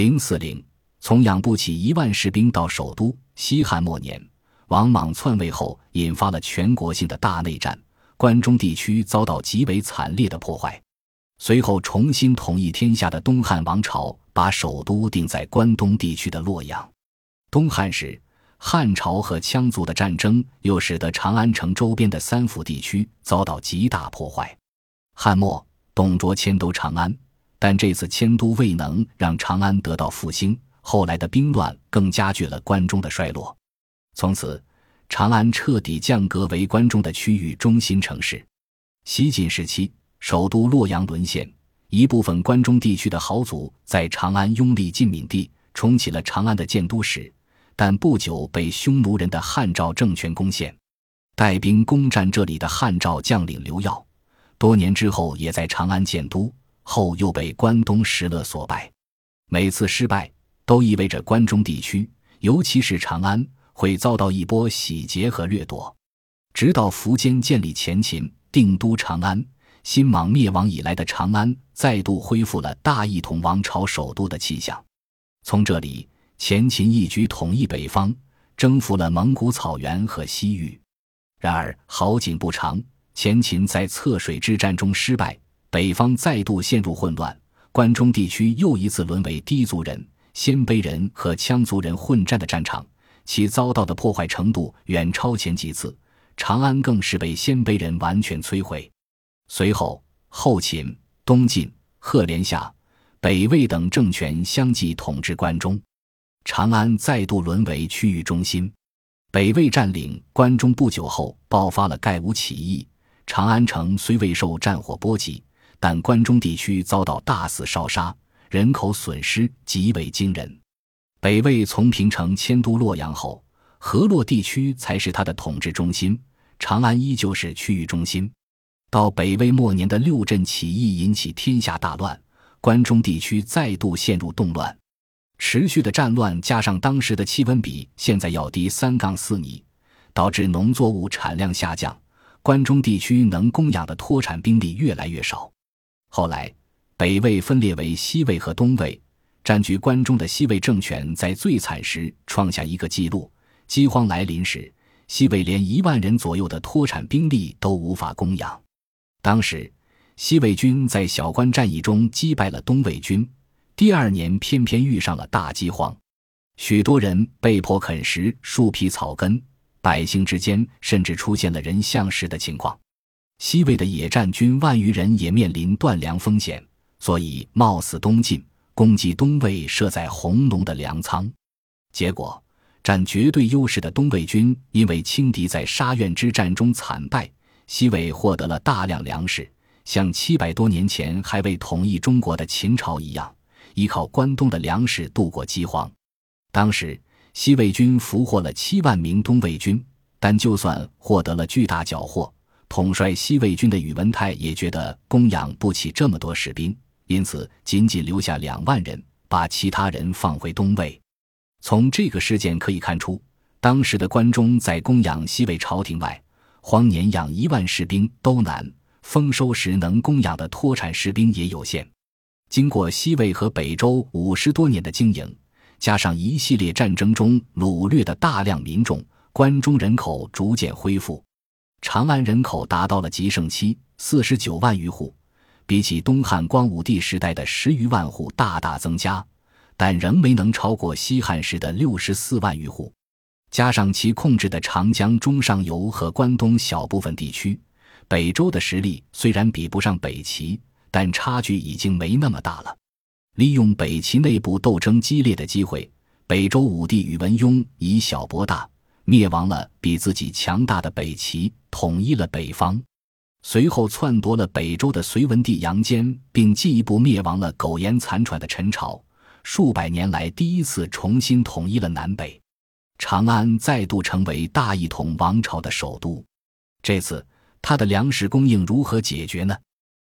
040从养不起1万士兵到首都。西汉末年，王莽篡位后引发了全国性的大内战，关中地区遭到极为惨烈的破坏。随后重新统一天下的东汉王朝把首都定在关东地区的洛阳。东汉时，汉朝和羌族的战争又使得长安城周边的三府地区遭到极大破坏。汉末，董卓迁都长安，但这次迁都未能让长安得到复兴，后来的兵乱更加剧了关中的衰落。从此，长安彻底降格为关中的区域中心城市。西晋时期，首都洛阳沦陷，一部分关中地区的豪族在长安拥立晋闵帝，重启了长安的建都史，但不久被匈奴人的汉赵政权攻陷。带兵攻占这里的汉赵将领刘耀，多年之后也在长安建都，后又被关东石勒所败。每次失败都意味着关中地区，尤其是长安，会遭到一波洗劫和掠夺。直到苻坚建立前秦，定都长安，新莽灭亡以来的长安再度恢复了大一统王朝首都的气象。从这里，前秦一举统一北方，征服了蒙古草原和西域。然而好景不长，前秦在淄水之战中失败，北方再度陷入混乱，关中地区又一次沦为氐族人、鲜卑人和羌族人混战的战场，其遭到的破坏程度远超前几次，长安更是被鲜卑人完全摧毁。随后，后秦、东晋、赫连夏、北魏等政权相继统治关中，长安再度沦为区域中心。北魏占领关中不久后爆发了盖吴起义，长安城虽未受战火波及，但关中地区遭到大肆烧杀，人口损失极为惊人。北魏从平城迁都洛阳后，河洛地区才是他的统治中心，长安依旧是区域中心。到北魏末年的六镇起义引起天下大乱，关中地区再度陷入动乱。持续的战乱加上当时的气温比现在要低 3-4 米，导致农作物产量下降，关中地区能供养的脱产兵力越来越少。后来，北魏分裂为西魏和东魏，占据关中的西魏政权在最惨时创下一个纪录，饥荒来临时，西魏连1万人左右的脱产兵力都无法供养。当时，西魏军在小关战役中击败了东魏军，第二年偏偏遇上了大饥荒，许多人被迫啃食树皮草根，百姓之间甚至出现了人相食的情况。西魏的野战军万余人也面临断粮风险，所以冒死东进，攻击东魏设在弘农的粮仓。结果，占绝对优势的东魏军因为轻敌在沙苑之战中惨败，西魏获得了大量粮食，像700多年前还未统一中国的秦朝一样，依靠关东的粮食度过饥荒。当时西魏军俘获了7万名东魏军，但就算获得了巨大缴获，统帅西魏军的宇文泰也觉得供养不起这么多士兵，因此仅仅留下2万人，把其他人放回东魏。从这个事件可以看出，当时的关中在供养西魏朝廷外，荒年养1万士兵都难，丰收时能供养的脱产士兵也有限。经过西魏和北周50多年的经营，加上一系列战争中掳掠的大量民众，关中人口逐渐恢复。长安人口达到了极盛期，49万余户，比起东汉光武帝时代的10余万户大大增加，但仍没能超过西汉时的64万余户。加上其控制的长江中上游和关东小部分地区，北周的实力虽然比不上北齐，但差距已经没那么大了。利用北齐内部斗争激烈的机会，北周武帝宇文邕以小博大，灭亡了比自己强大的北齐，统一了北方。随后篡夺了北周的隋文帝杨坚，并进一步灭亡了苟延残喘的陈朝，数百年来第一次重新统一了南北。长安再度成为大一统王朝的首都。这次它的粮食供应如何解决呢？